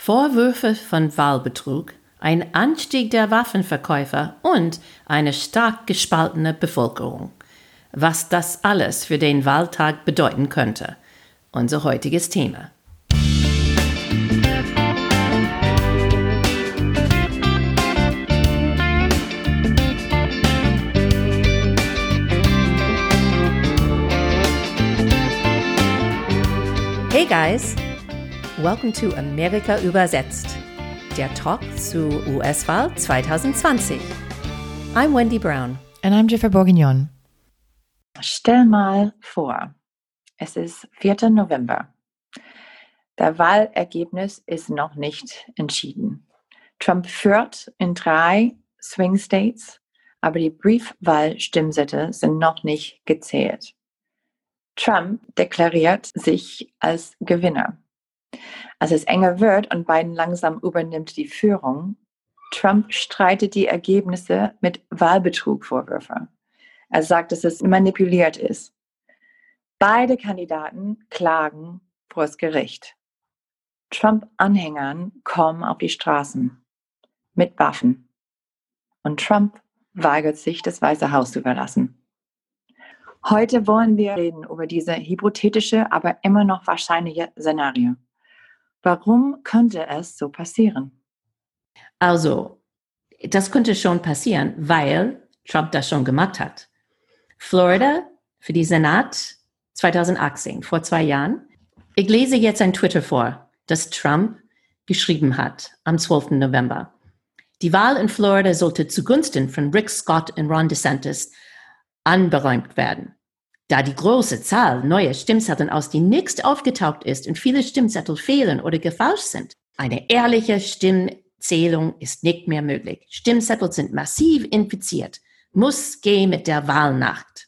Vorwürfe von Wahlbetrug, ein Anstieg der Waffenverkäufer und eine stark gespaltene Bevölkerung. Was das alles für den Wahltag bedeuten könnte. Unser heutiges Thema. Hey guys! Welcome to Amerika übersetzt, der Talk zu US-Wahl 2020. I'm Wendy Brown. And I'm Jennifer Bourguignon. Stell mal vor, es ist 4. November. Das Wahlergebnis ist noch nicht entschieden. Trump führt in 3 Swing States, aber die Briefwahlstimmzettel sind noch nicht gezählt. Trump deklariert sich als Gewinner. Als es enger wird und Biden langsam übernimmt die Führung, Trump streitet die Ergebnisse mit Wahlbetrugvorwürfen. Er sagt, dass es manipuliert ist. Beide Kandidaten klagen vor das Gericht. Trump-Anhängern kommen auf die Straßen mit Waffen. Und Trump weigert sich, das Weiße Haus zu verlassen. Heute wollen wir reden über diese hypothetische, aber immer noch wahrscheinliche Szenario. Warum könnte es so passieren? Also, das könnte schon passieren, weil Trump das schon gemacht hat. Florida für die Senat 2018, vor 2 Jahren. Ich lese jetzt ein Twitter vor, das Trump geschrieben hat am 12. November. Die Wahl in Florida sollte zugunsten von Rick Scott und Ron DeSantis anberaumt werden. Da die große Zahl neuer Stimmzettel aus dem Nichts aufgetaucht ist und viele Stimmzettel fehlen oder gefälscht sind, eine ehrliche Stimmzählung ist nicht mehr möglich. Stimmzettel sind massiv infiziert. Muss gehen mit der Wahlnacht.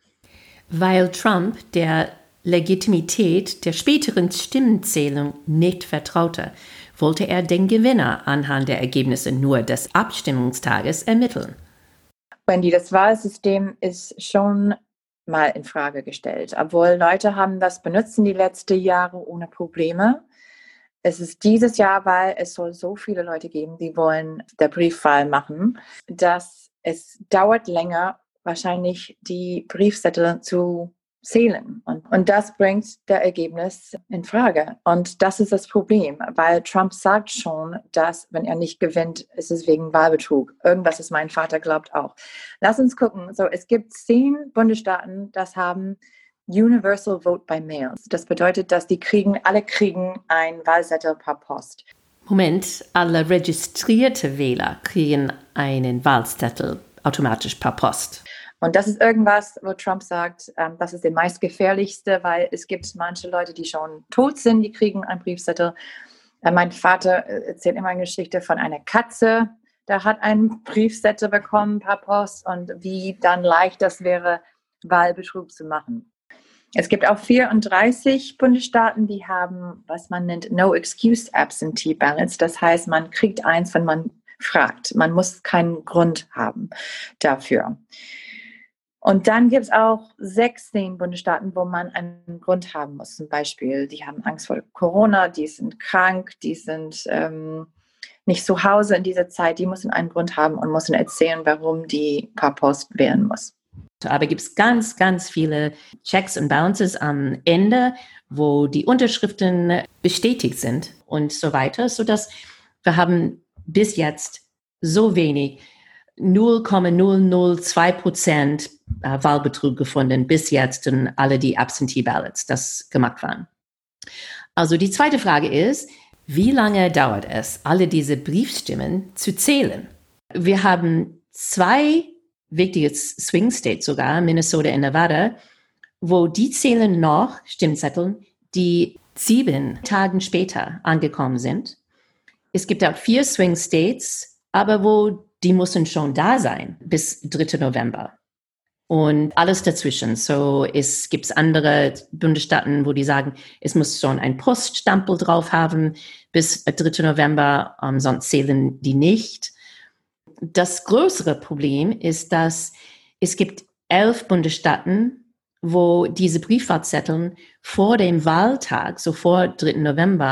Weil Trump der Legitimität der späteren Stimmenzählung nicht vertraute, wollte er den Gewinner anhand der Ergebnisse nur des Abstimmungstages ermitteln. Wendy, das Wahlsystem ist schon mal in Frage gestellt. Obwohl Leute haben das benutzt die letzten Jahre ohne Probleme. Es ist dieses Jahr, weil es soll so viele Leute geben, die wollen der Briefwahl machen, dass es dauert länger, wahrscheinlich die Briefzettel zu zählen. Und das bringt das Ergebnis in Frage. Und das ist das Problem, weil Trump sagt schon, dass, wenn er nicht gewinnt, ist es wegen Wahlbetrug. Irgendwas ist mein Vater glaubt auch. Lass uns gucken. So, es gibt 10 Bundesstaaten, das haben Universal Vote by Mail. Das bedeutet, dass alle kriegen einen Wahlzettel per Post. Moment, alle registrierte Wähler kriegen einen Wahlzettel automatisch per Post. Und das ist irgendwas, wo Trump sagt, das ist der meistgefährlichste, weil es gibt manche Leute, die schon tot sind, die kriegen einen Briefzettel. Mein Vater erzählt immer eine Geschichte von einer Katze, der hat einen Briefzettel bekommen per Post und wie dann leicht das wäre, Wahlbetrug zu machen. Es gibt auch 34 Bundesstaaten, die haben, was man nennt, No Excuse Absentee Ballots. Das heißt, man kriegt eins, wenn man fragt. Man muss keinen Grund haben dafür. Und dann gibt es auch 16 Bundesstaaten, wo man einen Grund haben muss. Zum Beispiel, die haben Angst vor Corona, die sind krank, die sind nicht zu Hause in dieser Zeit. Die müssen einen Grund haben und müssen erzählen, warum die per Post wählen muss. Aber gibt es ganz, ganz viele Checks und Balances am Ende, wo die Unterschriften bestätigt sind und so weiter, sodass wir haben bis jetzt so wenig 0,002% Wahlbetrug gefunden, bis jetzt in alle die Absentee Ballots, das gemacht waren. Also die zweite Frage ist, wie lange dauert es, alle diese Briefstimmen zu zählen? Wir haben 2 wichtige Swing States sogar, Minnesota und Nevada, wo die zählen noch Stimmzettel, die 7 Tage später angekommen sind. Es gibt auch 4 Swing States, aber wo die müssen schon da sein bis 3. November. Und alles dazwischen. So gibt es andere Bundesstaaten, wo die sagen, es muss schon ein Poststempel drauf haben bis 3. November, sonst zählen die nicht. Das größere Problem ist, dass es gibt 11 Bundesstaaten, wo diese Briefwahlzettel vor dem Wahltag, so vor 3. November,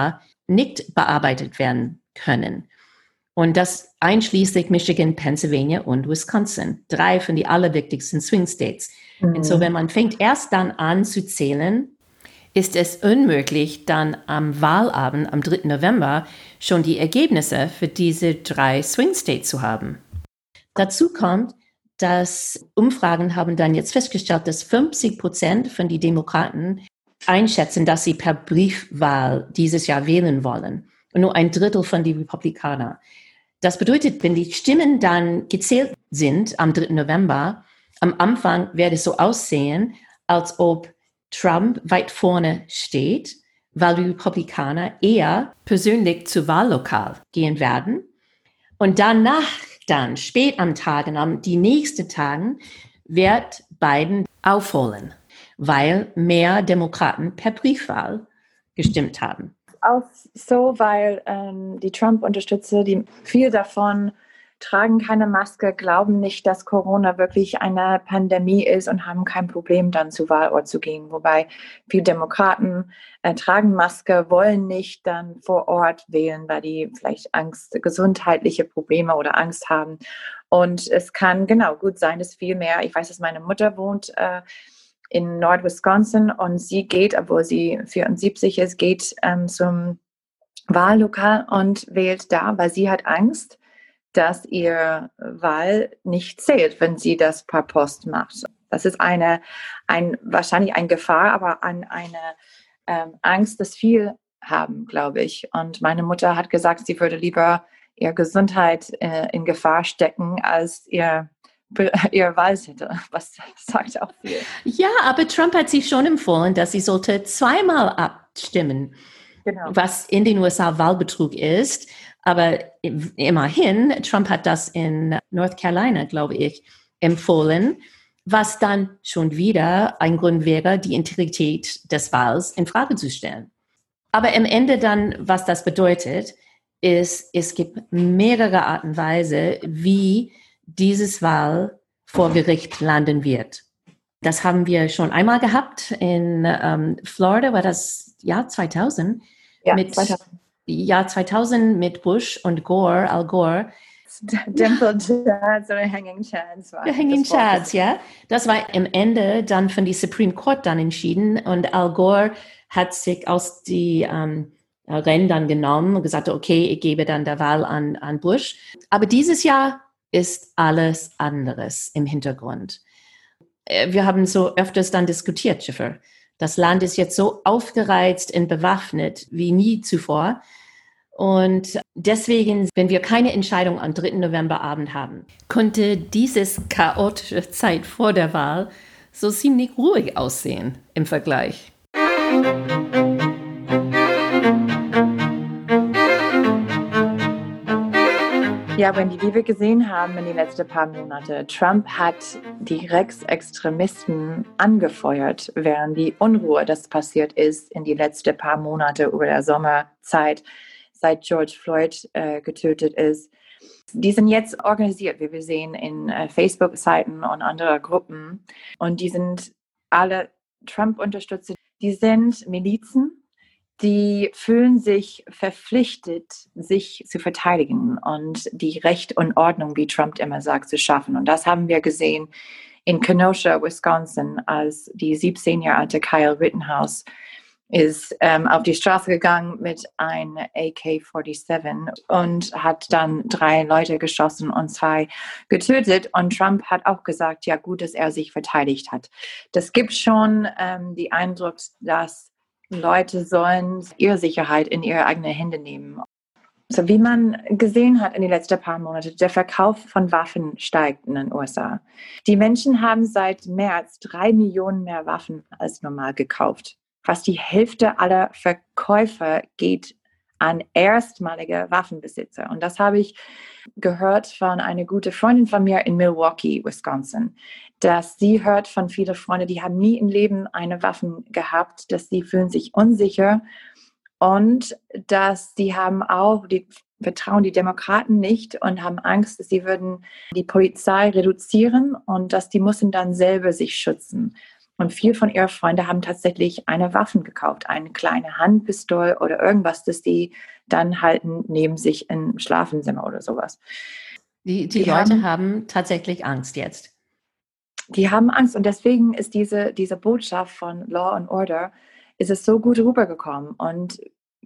nicht bearbeitet werden können. Und das einschließlich Michigan, Pennsylvania und Wisconsin. 3 von die allerwichtigsten Swing States. Und so, wenn man fängt erst dann an zu zählen, ist es unmöglich, dann am Wahlabend, am 3. November, schon die Ergebnisse für diese 3 Swing States zu haben. Dazu kommt, dass Umfragen haben dann jetzt festgestellt, dass 50% von den Demokraten einschätzen, dass sie per Briefwahl dieses Jahr wählen wollen. Und nur 1/3 von den Republikanern. Das bedeutet, wenn die Stimmen dann gezählt sind am 3. November, am Anfang wird es so aussehen, als ob Trump weit vorne steht, weil die Republikaner eher persönlich zu Wahllokal gehen werden. Und danach, dann spät am Tag, die nächsten Tagen, wird Biden aufholen, weil mehr Demokraten per Briefwahl gestimmt haben. Auch so, weil die Trump-Unterstützer, viel davon tragen keine Maske, glauben nicht, dass Corona wirklich eine Pandemie ist und haben kein Problem, dann zu Wahlort zu gehen. Wobei viele Demokraten tragen Maske, wollen nicht dann vor Ort wählen, weil die vielleicht gesundheitliche Probleme oder Angst haben. Und es kann gut sein, dass viel mehr, ich weiß, dass meine Mutter wohnt in Nord-Wisconsin und sie geht, obwohl sie 74 ist, geht zum Wahllokal und wählt da, weil sie hat Angst, dass ihr Wahl nicht zählt, wenn sie das per Post macht. Das ist wahrscheinlich eine Gefahr, aber eine Angst, dass viele haben, glaube ich. Und meine Mutter hat gesagt, sie würde lieber ihre Gesundheit in Gefahr stecken, als ihr Wahlzettel. Was sagt auch viel. Ja, aber Trump hat sich schon empfohlen, dass sie sollte zweimal abstimmen, was in den USA Wahlbetrug ist. Aber immerhin, Trump hat das in North Carolina, glaube ich, empfohlen, was dann schon wieder ein Grund wäre, die Integrität des Wahls in Frage zu stellen. Aber am Ende dann, was das bedeutet, ist, es gibt mehrere Arten und Weisen, wie dieses Wahl vor Gericht landen wird. Das haben wir schon einmal gehabt in Florida, war das Jahr 2000. Ja, 2000. Jahr 2000 mit Bush und Gore, Al Gore. Dimple Chads oder Hanging Chads. Hanging Chads, ja. Das war am Ende dann von die Supreme Court dann entschieden und Al Gore hat sich aus die Rennen dann genommen und gesagt, okay, ich gebe dann der Wahl an Bush. Aber dieses Jahr ist alles anderes im Hintergrund. Wir haben so öfters dann diskutiert, Schiffer. Das Land ist jetzt so aufgereizt und bewaffnet wie nie zuvor. Und deswegen, wenn wir keine Entscheidung am 3. Novemberabend haben, konnte dieses chaotische Zeit vor der Wahl so ziemlich ruhig aussehen im Vergleich. Ja, wenn wie wir gesehen haben in den letzten paar Monaten, Trump hat die Rechtsextremisten angefeuert, während die Unruhe, das passiert ist in die letzten paar Monate über der Sommerzeit, seit George Floyd getötet ist. Die sind jetzt organisiert, wie wir sehen, in Facebook-Seiten und anderen Gruppen. Und die sind alle Trump-Unterstützer. Die sind Milizen. Die fühlen sich verpflichtet, sich zu verteidigen und die Recht und Ordnung, wie Trump immer sagt, zu schaffen. Und das haben wir gesehen in Kenosha, Wisconsin, als die 17 Jahre alte Kyle Rittenhouse ist auf die Straße gegangen mit einem AK-47 und hat dann 3 Leute geschossen und 2 getötet. Und Trump hat auch gesagt, ja gut, dass er sich verteidigt hat. Das gibt schon den Eindruck, dass Leute sollen ihre Sicherheit in ihre eigenen Hände nehmen. So wie man gesehen hat in den letzten paar Monaten, der Verkauf von Waffen steigt in den USA. Die Menschen haben seit März 3 Millionen mehr Waffen als normal gekauft. Fast die Hälfte aller Verkäufer geht an erstmalige Waffenbesitzer. Und das habe ich gehört von einer guten Freundin von mir in Milwaukee, Wisconsin, dass sie hört von vielen Freunden, die haben nie im Leben eine Waffe gehabt, dass sie fühlen sich unsicher und dass sie haben auch, die vertrauen die Demokraten nicht und haben Angst, dass sie würden die Polizei reduzieren und dass die müssen dann selber sich schützen. Und viele von ihren Freunden haben tatsächlich eine Waffe gekauft, eine kleine Handpistole oder irgendwas, das die dann halten neben sich im Schlafzimmer oder sowas. Die Leute haben tatsächlich Angst jetzt. Die haben Angst und deswegen ist diese Botschaft von Law and Order, ist es so gut rübergekommen. Und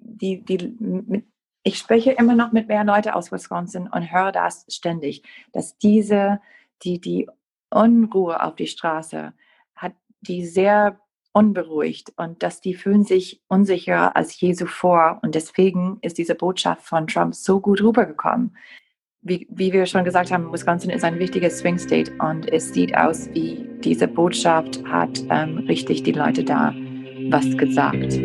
ich spreche immer noch mit mehr Leuten aus Wisconsin und höre das ständig, dass die Unruhe auf die Straße hat die sehr unberuhigt und dass die fühlen sich unsicher als je zuvor. Und deswegen ist diese Botschaft von Trump so gut rübergekommen. Wie wir schon gesagt haben, Wisconsin ist ein wichtiges Swing State und es sieht aus, wie diese Botschaft hat richtig die Leute da was gesagt.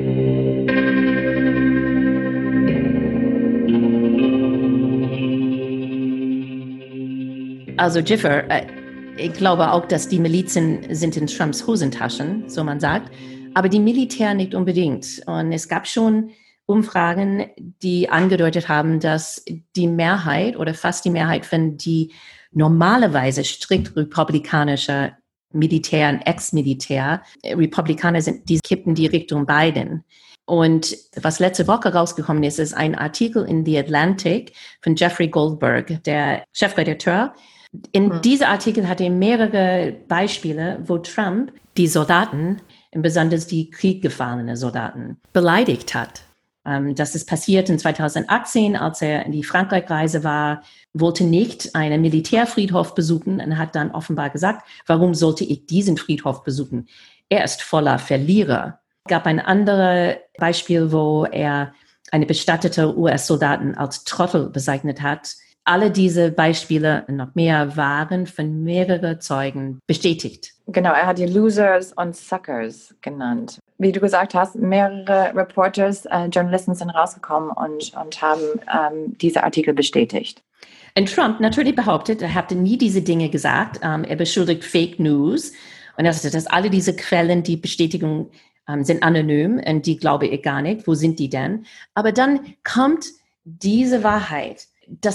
Also Jiffer, ich glaube auch, dass die Milizen sind in Trumps Hosentaschen, so man sagt, aber die Militär nicht unbedingt. Und es gab schon Umfragen, die angedeutet haben, dass die Mehrheit oder fast die Mehrheit von die normalerweise strikt republikanischer Militär und Ex-Militär Republikaner sind, die kippen die Richtung Biden. Und was letzte Woche rausgekommen ist, ist ein Artikel in The Atlantic von Jeffrey Goldberg, der Chefredakteur. In diesem Artikel hat er mehrere Beispiele, wo Trump die Soldaten, besonders die krieggefallenen Soldaten, beleidigt hat. Das ist passiert in 2018, als er in die Frankreich-Reise war, wollte nicht einen Militärfriedhof besuchen und hat dann offenbar gesagt, warum sollte ich diesen Friedhof besuchen? Er ist voller Verlierer. Es gab ein anderes Beispiel, wo er eine bestattete US-Soldaten als Trottel bezeichnet hat. Alle diese Beispiele und noch mehr waren von mehreren Zeugen bestätigt. Genau, er hat die Losers und Suckers genannt. Wie du gesagt hast, mehrere Reporters, Journalisten sind rausgekommen und haben diese Artikel bestätigt. Und Trump natürlich behauptet, er hatte nie diese Dinge gesagt. Er beschuldigt Fake News und er sagt, dass alle diese Quellen, die Bestätigung sind anonym und die glaube ich gar nicht. Wo sind die denn? Aber dann kommt diese Wahrheit,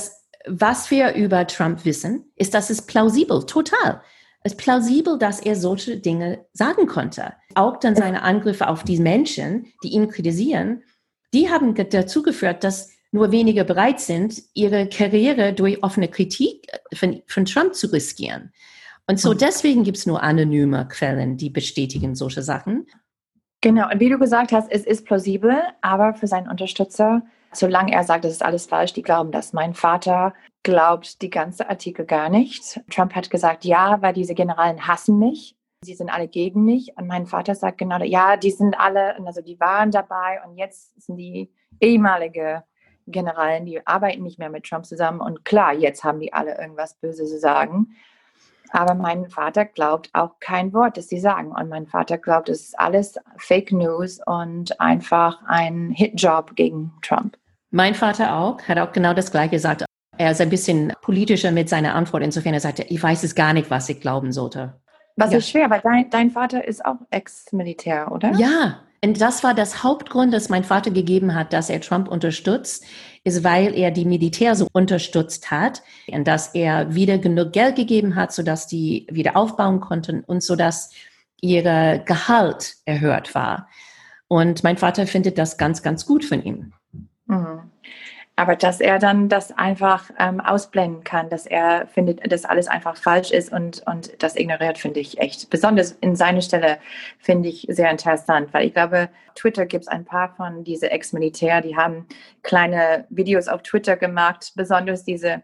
was wir über Trump wissen, ist, dass es plausibel, total. Es ist plausibel, dass er solche Dinge sagen konnte. Auch dann seine Angriffe auf die Menschen, die ihn kritisieren, die haben dazu geführt, dass nur wenige bereit sind, ihre Karriere durch offene Kritik von Trump zu riskieren. Und so deswegen gibt es nur anonyme Quellen, die bestätigen solche Sachen. Genau, und wie du gesagt hast, es ist plausibel, aber für seinen Unterstützer, solange er sagt, das ist alles falsch, die glauben das. Mein Vater glaubt die ganze Artikel gar nicht. Trump hat gesagt, ja, weil diese Generalen hassen mich. Sie sind alle gegen mich. Und mein Vater sagt genau, ja, die sind alle, also die waren dabei und jetzt sind die ehemalige Generalen, die arbeiten nicht mehr mit Trump zusammen. Und klar, jetzt haben die alle irgendwas Böses zu sagen. Aber mein Vater glaubt auch kein Wort, das sie sagen. Und mein Vater glaubt, es ist alles Fake News und einfach ein Hitjob gegen Trump. Mein Vater auch, hat auch genau das Gleiche gesagt. Er ist ein bisschen politischer mit seiner Antwort. Insofern er sagte, ich weiß es gar nicht, was ich glauben sollte. Was ist schwer, weil dein Vater ist auch Ex-Militär, oder? Ja, und das war das Hauptgrund, das mein Vater gegeben hat, dass er Trump unterstützt, ist, weil er die Militär so unterstützt hat und dass er wieder genug Geld gegeben hat, sodass die wieder aufbauen konnten und sodass ihr Gehalt erhöht war. Und mein Vater findet das ganz, ganz gut von ihm. Mhm. Aber dass er dann das einfach ausblenden kann, dass er findet, dass alles einfach falsch ist und das ignoriert, finde ich echt. Besonders in seiner Stelle finde ich sehr interessant, weil ich glaube, Twitter gibt es ein paar von diese Ex-Militär, die haben kleine Videos auf Twitter gemacht, besonders diese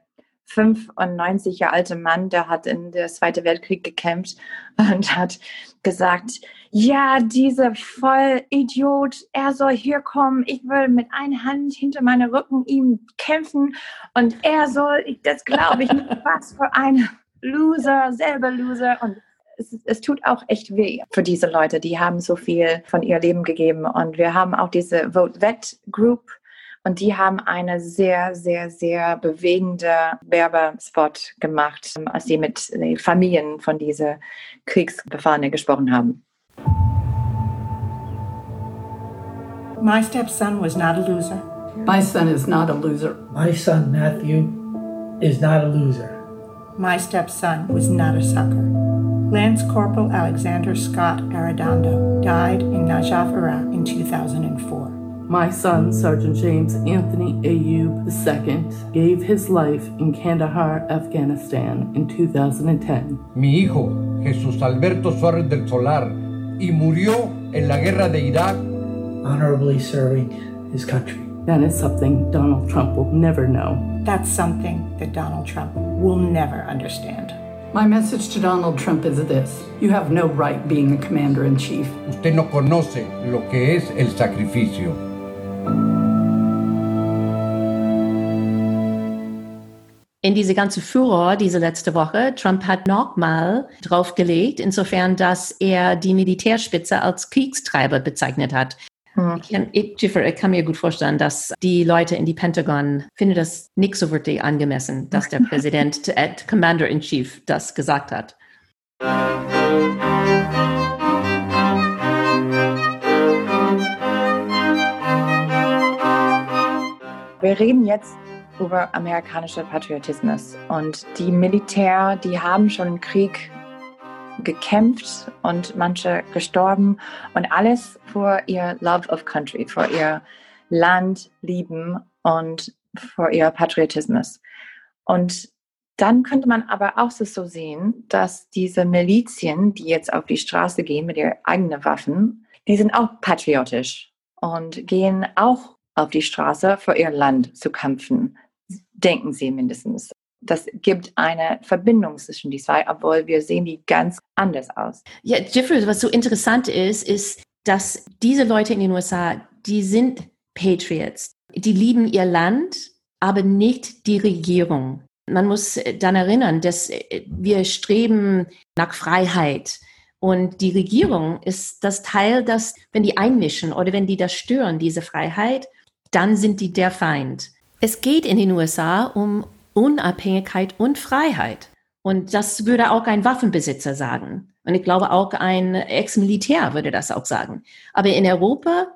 95 Jahre alte Mann, der hat in der Zweiten Weltkrieg gekämpft und hat gesagt, ja, dieser Vollidiot, er soll hier kommen, ich will mit einer Hand hinter meinem Rücken ihm kämpfen und er soll, das glaube ich nicht, was für ein Loser, selber Loser. Und es tut auch echt weh für diese Leute, die haben so viel von ihr Leben gegeben. Und wir haben auch diese Vote Vet Group, und die haben eine sehr, sehr, sehr bewegende Werbespot gemacht, als sie mit den Familien von diesen Kriegsbefallenen gesprochen haben. My stepson was not a loser. My son is not a loser. My son, Matthew, is not a loser. My stepson was not a sucker. Lance Corporal Alexander Scott Arredondo died in Najaf, Iraq in 2004. My son, Sergeant James Anthony Ayub II, gave his life in Kandahar, Afghanistan in 2010. Mi hijo, Jesús Alberto Suárez del Solar, y murió en la guerra de Irak. Honorably serving his country. That is something Donald Trump will never know. That's something that Donald Trump will never understand. My message to Donald Trump is this. You have no right being a commander-in-chief. Usted no conoce lo que es el sacrificio. In diese ganze Furor diese letzte Woche, Trump hat nochmal draufgelegt, insofern, dass er die Militärspitze als Kriegstreiber bezeichnet hat. Ich kann mir gut vorstellen, dass die Leute in die Pentagon finden das nicht so wirklich angemessen, dass der Präsident, Commander-in-Chief, das gesagt hat. Wir reden jetzt über amerikanische Patriotismus. Und die Militär, die haben schon im Krieg gekämpft und manche gestorben und alles für ihr Love of Country, für ihr Land lieben und für ihr Patriotismus. Und dann könnte man aber auch so sehen, dass diese Milizien, die jetzt auf die Straße gehen mit ihren eigenen Waffen, die sind auch patriotisch und gehen auch auf die Straße für ihr Land zu kämpfen. Denken sie mindestens. Das gibt eine Verbindung zwischen die zwei, obwohl wir sehen die ganz anders aus. Ja, Jeffrey, was so interessant ist, dass diese Leute in den USA, die sind Patriots. Die lieben ihr Land, aber nicht die Regierung. Man muss dann erinnern, dass wir streben nach Freiheit. Und die Regierung ist das Teil, das, wenn die einmischen oder wenn die das stören, diese Freiheit, dann sind die der Feind. Es geht in den USA um Unabhängigkeit und Freiheit. Und das würde auch ein Waffenbesitzer sagen. Und ich glaube auch ein Ex-Militär würde das auch sagen. Aber in Europa,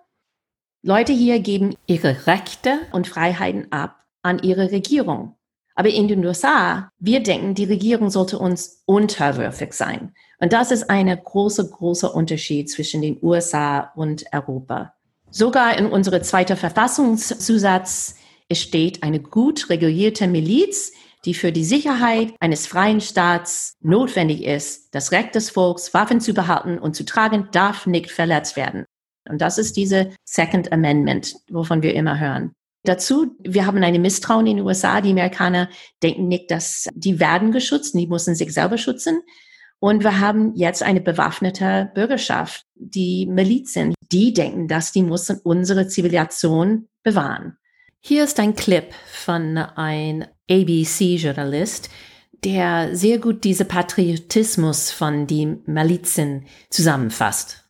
Leute hier geben ihre Rechte und Freiheiten ab an ihre Regierung. Aber in den USA, wir denken, die Regierung sollte uns unterwürfig sein. Und das ist ein großer Unterschied zwischen den USA und Europa. Sogar in unserem zweiten Verfassungszusatz es steht eine gut regulierte Miliz, die für die Sicherheit eines freien Staats notwendig ist. Das Recht des Volks, Waffen zu behalten und zu tragen, darf nicht verletzt werden. Und das ist diese Second Amendment, wovon wir immer hören. Dazu, wir haben eine Misstrauen in den USA. Die Amerikaner denken nicht, dass die werden geschützt, die müssen sich selber schützen. Und wir haben jetzt eine bewaffnete Bürgerschaft, die Milizen, die denken, dass die müssen unsere Zivilisation bewahren. Hier ist ein Clip von einem ABC-Journalist, der sehr gut diesen Patriotismus von den Milizen zusammenfasst.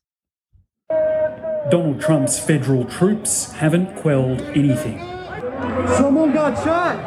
Donald Trump's federal troops haven't quelled anything. Someone got shot.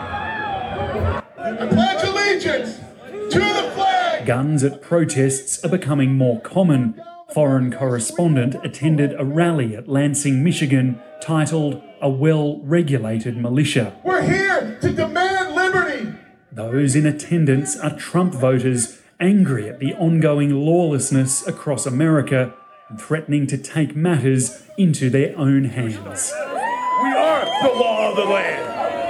I pledge allegiance to the flag. Guns at protests are becoming more common. Foreign correspondent attended a rally at Lansing, Michigan, titled A Well-Regulated Militia. We're here to demand liberty. Those in attendance are Trump voters angry at the ongoing lawlessness across America and threatening to take matters into their own hands. We are the law of the land.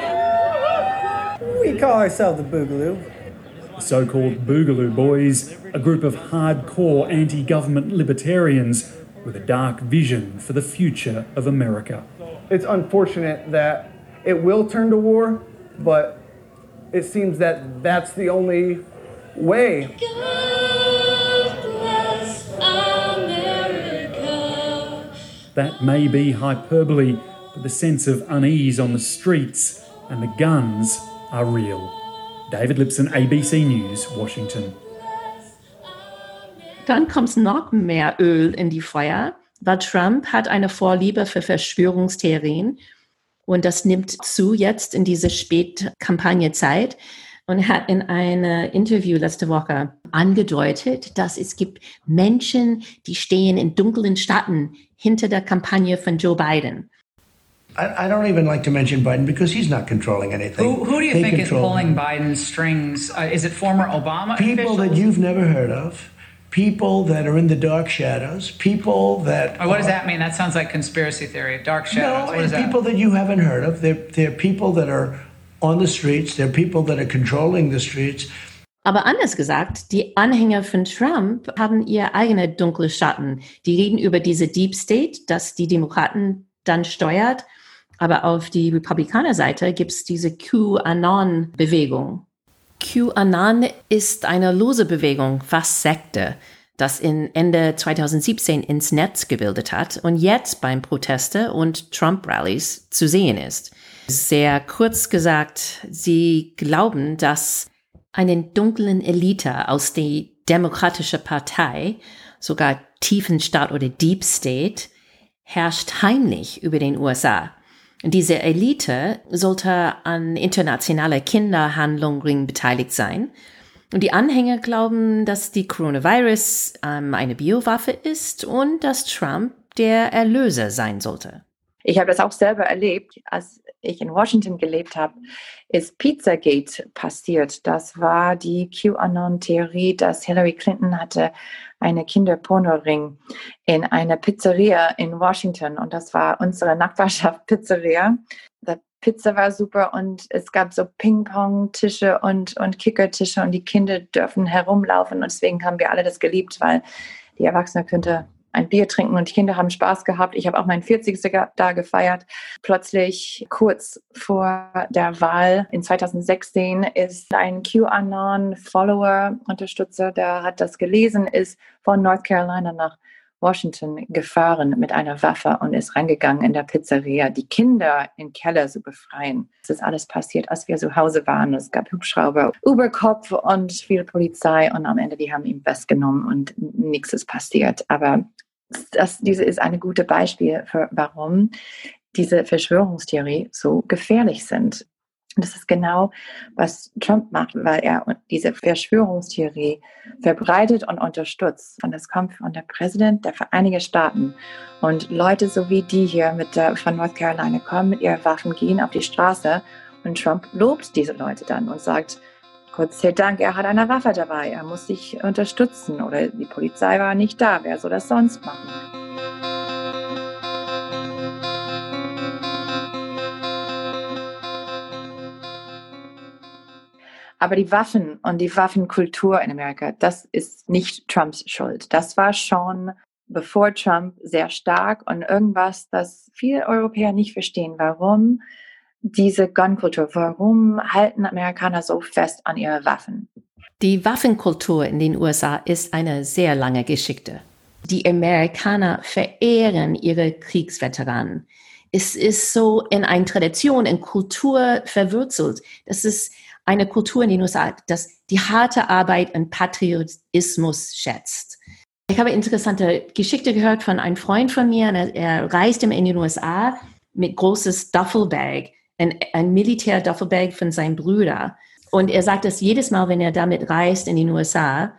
We call ourselves the Boogaloo. The so-called Boogaloo Boys, a group of hardcore anti-government libertarians with a dark vision for the future of America. It's unfortunate that it will turn to war, but it seems that that's the only way. God bless America. That may be hyperbole, but the sense of unease on the streets and the guns are real. David Lipson, ABC News, Washington. Dann kommt noch mehr Öl in die Feuer, weil Trump hat eine Vorliebe für Verschwörungstheorien und das nimmt zu jetzt in diese Spätkampagnezeit und hat in einem Interview letzte Woche angedeutet, dass es gibt Menschen, die stehen in dunklen Schatten hinter der Kampagne von Joe Biden. I don't even like to mention Biden because he's not controlling anything. Who do you think is pulling Biden's strings? Is it former Obama people officials? That you've never heard of, people that are in the dark shadows, people that... What does that mean? That sounds like conspiracy theory, dark shadows. No, it's people that you haven't heard of. They're people that are on the streets. They're people that are controlling the streets. Aber anders gesagt, die Anhänger von Trump haben ihr eigene dunkle Schatten. Die reden über diese Deep State, das die Demokraten dann steuert. Aber auf die Republikanerseite gibt es diese QAnon-Bewegung. QAnon ist eine lose Bewegung, fast Sekte, das in Ende 2017 ins Netz gebildet hat und jetzt beim Proteste und Trump-Rallies zu sehen ist. Sehr kurz gesagt, sie glauben, dass eine dunklen Elite aus der Demokratischen Partei, sogar Tiefenstaat oder Deep State, herrscht heimlich über den USA. Diese Elite sollte an internationaler Kinderhandlungsring beteiligt sein. Und die Anhänger glauben, dass die Coronavirus eine Biowaffe ist und dass Trump der Erlöser sein sollte. Ich habe das auch selber erlebt. Als ich in Washington gelebt habe, ist Pizzagate passiert. Das war die QAnon-Theorie, dass Hillary Clinton hatte einen Kinderpornoring in einer Pizzeria in Washington. Und das war unsere Nachbarschaft-Pizzeria. Die Pizza war super und es gab so Ping-Pong-Tische und Kickertische und die Kinder dürfen herumlaufen. Und deswegen haben wir alle das geliebt, weil die Erwachsenen könnten ein Bier trinken und die Kinder haben Spaß gehabt. Ich habe auch meinen 40. da gefeiert. Plötzlich kurz vor der Wahl in 2016 ist ein QAnon-Follower, Unterstützer, der hat das gelesen, ist von North Carolina nach Washington gefahren mit einer Waffe und ist reingegangen in der Pizzeria, die Kinder im Keller zu befreien. Das ist alles passiert, als wir zu Hause waren. Es gab Hubschrauber über Kopf und viel Polizei und am Ende, die haben ihn festgenommen und nichts ist passiert. Aber diese ist ein gutes Beispiel für, warum diese Verschwörungstheorie so gefährlich sind. Und das ist genau, was Trump macht, weil er diese Verschwörungstheorie verbreitet und unterstützt. Und das kommt von der Präsident der Vereinigten Staaten. Und Leute so wie die hier von North Carolina kommen mit ihren Waffen, gehen auf die Straße und Trump lobt diese Leute dann und sagt, Gott sei Dank, er hat eine Waffe dabei, er muss sich unterstützen oder die Polizei war nicht da, wer soll das sonst machen? Aber die Waffen und die Waffenkultur in Amerika, das ist nicht Trumps Schuld. Das war schon bevor Trump sehr stark und irgendwas, das viele Europäer nicht verstehen. Warum diese Gun-Kultur, warum halten Amerikaner so fest an ihre Waffen? Die Waffenkultur in den USA ist eine sehr lange Geschichte. Die Amerikaner verehren ihre Kriegsveteranen. Es ist so in eine Tradition, in Kultur verwurzelt. Das ist eine Kultur in den USA, das die harte Arbeit und Patriotismus schätzt. Ich habe eine interessante Geschichte gehört von einem Freund von mir. Er reist in den USA mit großes Duffelbag, ein Militär-Duffelbag von seinem Bruder. Und er sagt, dass jedes Mal, wenn er damit reist in den USA,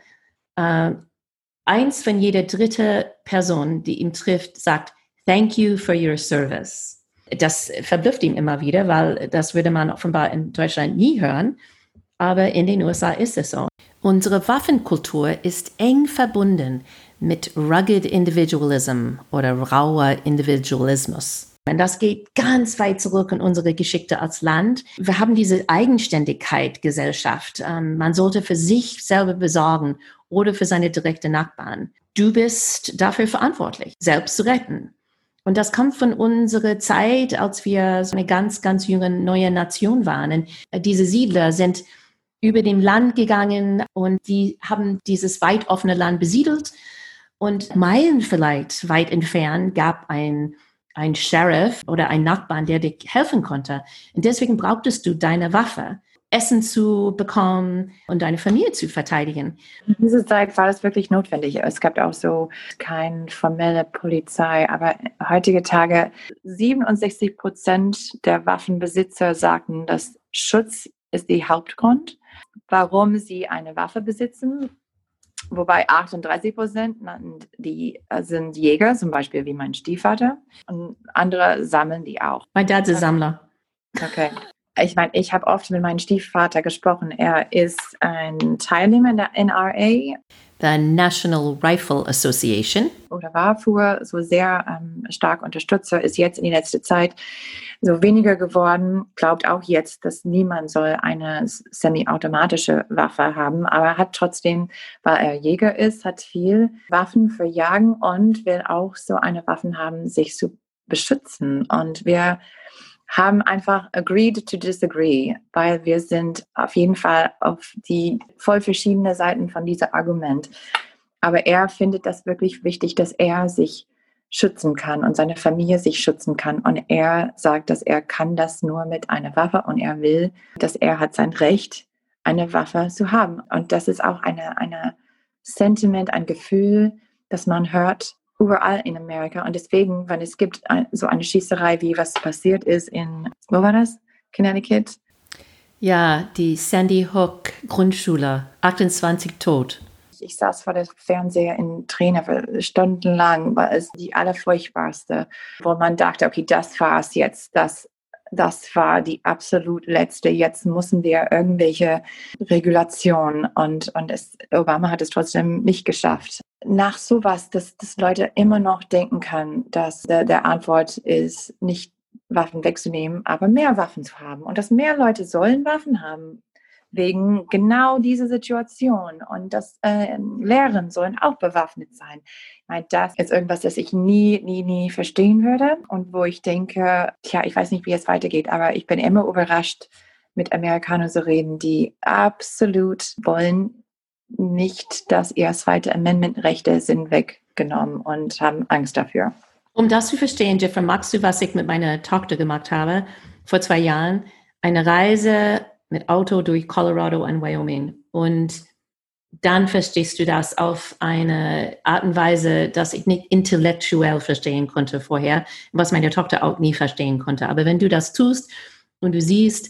eins von jeder dritte Person, die ihn trifft, sagt, "Thank you for your service." Das verblüfft ihn immer wieder, weil das würde man offenbar in Deutschland nie hören. Aber in den USA ist es so. Unsere Waffenkultur ist eng verbunden mit Rugged Individualism oder rauer Individualismus. Und das geht ganz weit zurück in unsere Geschichte als Land. Wir haben diese Eigenständigkeit Gesellschaft. Man sollte für sich selber besorgen oder für seine direkten Nachbarn. Du bist dafür verantwortlich, selbst zu retten. Und das kommt von unserer Zeit, als wir so eine ganz, ganz junge neue Nation waren. Und diese Siedler sind über dem Land gegangen und die haben dieses weit offene Land besiedelt. Und Meilen vielleicht weit entfernt gab ein Sheriff oder ein Nachbarn, der dir helfen konnte. Und deswegen brauchtest du deine Waffe, Essen zu bekommen und deine Familie zu verteidigen. In dieser Zeit war das wirklich notwendig. Es gab auch so keine formelle Polizei, aber heutige Tage 67% der Waffenbesitzer sagten, dass Schutz ist der Hauptgrund, warum sie eine Waffe besitzen. wobei 38% die sind Jäger, zum Beispiel wie mein Stiefvater. Und andere sammeln die auch. Mein Dad ist Sammler. Okay. Ich meine, ich habe oft mit meinem Stiefvater gesprochen. Er ist ein Teilnehmer der NRA. The National Rifle Association. Oder war früher so sehr stark Unterstützer, ist jetzt in der letzten Zeit so weniger geworden. Glaubt auch jetzt, dass niemand soll eine semi-automatische Waffe haben. Aber hat trotzdem, weil er Jäger ist, hat viel Waffen für Jagen und will auch so eine Waffe haben, sich zu beschützen. Und wir haben einfach agreed to disagree, weil wir sind auf jeden Fall auf die voll verschiedene Seiten von diesem Argument. Aber er findet das wirklich wichtig, dass er sich schützen kann und seine Familie sich schützen kann. Und er sagt, dass er kann das nur mit einer Waffe und er will, dass er hat sein Recht, eine Waffe zu haben. Und das ist auch eine Sentiment, ein Gefühl, das man hört überall in Amerika. Und deswegen, wenn es gibt so eine Schießerei, wie was passiert ist in, wo war das? Connecticut? Ja, die Sandy Hook Grundschule, 28 tot. Ich saß vor dem Fernseher in Tränen für stundenlang, weil es die allerfurchtbarste, wo man dachte, okay, das war's jetzt, das war die absolut letzte. Jetzt müssen wir irgendwelche Regulationen und Obama hat es trotzdem nicht geschafft. Nach sowas, dass Leute immer noch denken kann, dass der Antwort ist, nicht Waffen wegzunehmen, aber mehr Waffen zu haben und dass mehr Leute sollen Waffen haben. Wegen genau dieser Situation. Und das Lehrerinnen sollen auch bewaffnet sein. Ich meine, das ist irgendwas, das ich nie verstehen würde. Und wo ich denke, ich weiß nicht, wie es weitergeht, aber ich bin immer überrascht, mit Amerikanern zu reden, die absolut wollen nicht, dass ihr Zweite Amendment-Rechte sind weggenommen und haben Angst dafür. Um das zu verstehen, Jeffrey, magst du, was ich mit meiner Tochter gemacht habe, vor 2 Jahren? Eine Reise mit Auto durch Colorado und Wyoming. Und dann verstehst du das auf eine Art und Weise, dass ich nicht intellektuell verstehen konnte vorher, was meine Tochter auch nie verstehen konnte. Aber wenn du das tust und du siehst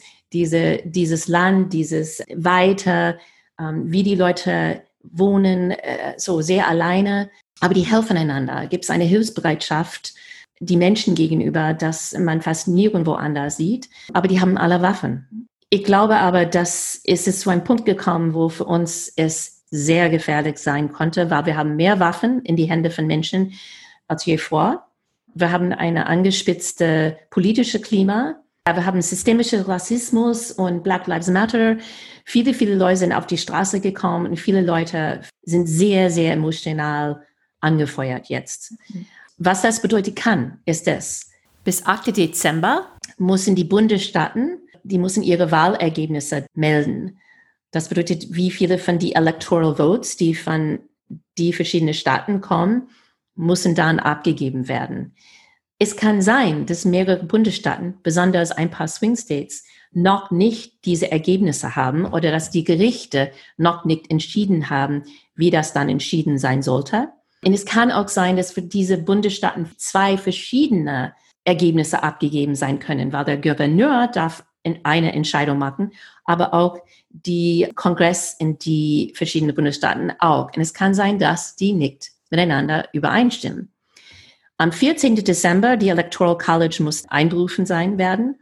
dieses Land, dieses Weite, wie die Leute wohnen, so sehr alleine, aber die helfen einander. Gibt es eine Hilfsbereitschaft die Menschen gegenüber, dass man fast nirgendwo anders sieht, aber die haben alle Waffen. Ich glaube aber, dass es ist zu einem Punkt gekommen, wo für uns es sehr gefährlich sein konnte, weil wir haben mehr Waffen in die Hände von Menschen als je vor. Wir haben eine angespitzte politische Klima. Wir haben systemische Rassismus und Black Lives Matter. Viele Leute sind auf die Straße gekommen und viele Leute sind sehr, sehr emotional angefeuert jetzt. Was das bedeuten kann, ist das. Bis 8. Dezember müssen die Bundesstaaten die müssen ihre Wahlergebnisse melden. Das bedeutet, wie viele von die Electoral Votes, die von die verschiedenen Staaten kommen, müssen dann abgegeben werden. Es kann sein, dass mehrere Bundesstaaten, besonders ein paar Swing States, noch nicht diese Ergebnisse haben oder dass die Gerichte noch nicht entschieden haben, wie das dann entschieden sein sollte. Und es kann auch sein, dass für diese Bundesstaaten 2 verschiedene Ergebnisse abgegeben sein können, weil der Gouverneur darf eine Entscheidung machen, aber auch die Kongress in die verschiedenen Bundesstaaten auch. Und es kann sein, dass die nicht miteinander übereinstimmen. Am 14. Dezember, die Electoral College muss einberufen sein werden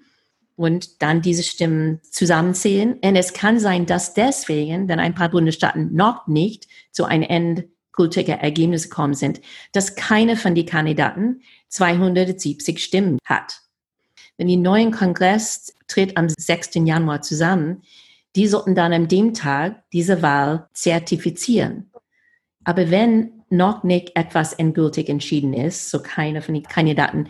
und dann diese Stimmen zusammenzählen. Und es kann sein, dass deswegen, wenn ein paar Bundesstaaten noch nicht zu einem endgültigen Ergebnis gekommen sind, dass keine von den Kandidaten 270 Stimmen hat. Wenn die neuen Kongress tritt am 6. Januar zusammen, die sollten dann an dem Tag diese Wahl zertifizieren. Aber wenn noch nicht etwas endgültig entschieden ist, so keiner von den Kandidaten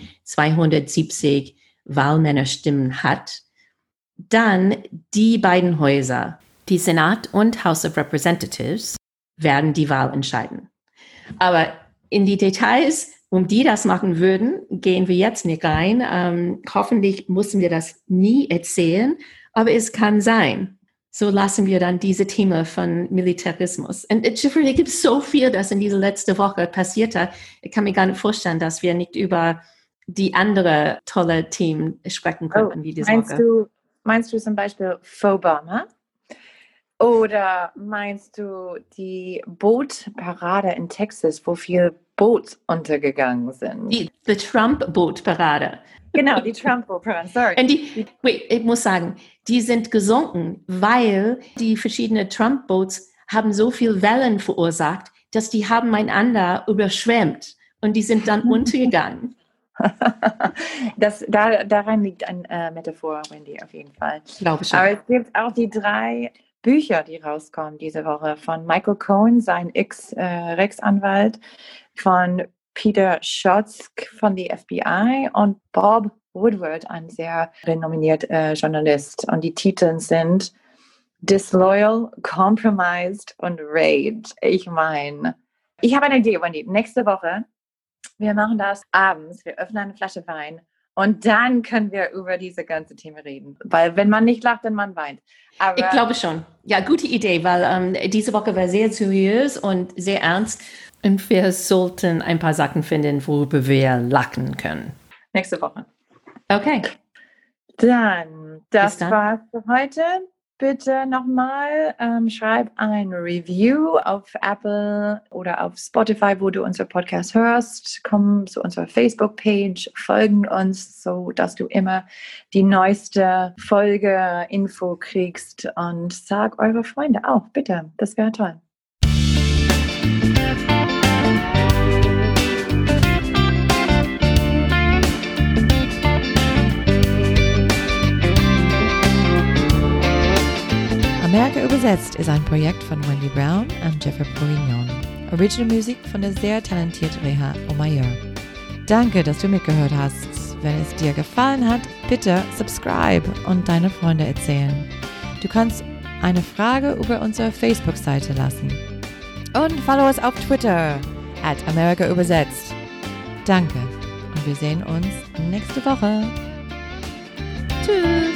270 Wahlmännerstimmen hat, dann die beiden Häuser, die Senat und House of Representatives, werden die Wahl entscheiden. Aber in die Details, die das machen würden, gehen wir jetzt nicht rein. Hoffentlich müssen wir das nie erzählen, aber es kann sein. So lassen wir dann diese Thema von Militarismus. Und Jeffrey, es gibt so viel, das in dieser letzten Woche passierte. Ich kann mir gar nicht vorstellen, dass wir nicht über die andere tolle Themen sprechen könnten, wie diese Woche. Meinst du zum Beispiel Obama? Oder meinst du die Bootparade in Texas, wo viele Boote untergegangen sind? Die Trump-Bootparade. Genau, die Trump-Bootparade, sorry. Und ich muss sagen, die sind gesunken, weil die verschiedenen Trump-Boats haben so viel Wellen verursacht, dass die haben einander überschwemmt und die sind dann untergegangen. Daran liegt eine Metaphor, Wendy, auf jeden Fall. Glaube schon. Aber es gibt auch die 3 Bücher, die rauskommen diese Woche von Michael Cohen, sein Ex-Rechtsanwalt, von Peter Szotzk von der FBI und Bob Woodward, ein sehr renommierter Journalist. Und die Titel sind Disloyal, Compromised und Rage. Ich meine, ich habe eine Idee, Wendy. Nächste Woche, wir machen das abends, wir öffnen eine Flasche Wein und dann können wir über diese ganze Themen reden. Weil wenn man nicht lacht, dann man weint. Aber ich glaube schon. Ja, gute Idee, weil diese Woche war sehr seriös und sehr ernst. Und wir sollten ein paar Sachen finden, worüber wir lachen können. Nächste Woche. Okay. Dann, das war's für heute. Bitte nochmal schreib ein Review auf Apple oder auf Spotify, wo du unseren Podcast hörst. Komm zu unserer Facebook-Page, folgen uns, so dass du immer die neueste Folge-Info kriegst und sag eure Freunde auch, bitte. Das wäre toll. Amerika übersetzt ist ein Projekt von Wendy Brown und Jeffrey Bourguignon. Original Musik von der sehr talentierten Reha Omayor. Danke, dass du mitgehört hast. Wenn es dir gefallen hat, bitte subscribe und deine Freunde erzählen. Du kannst eine Frage über unsere Facebook-Seite lassen. Und follow uns auf Twitter @Amerika übersetzt. Danke und wir sehen uns nächste Woche. Tschüss.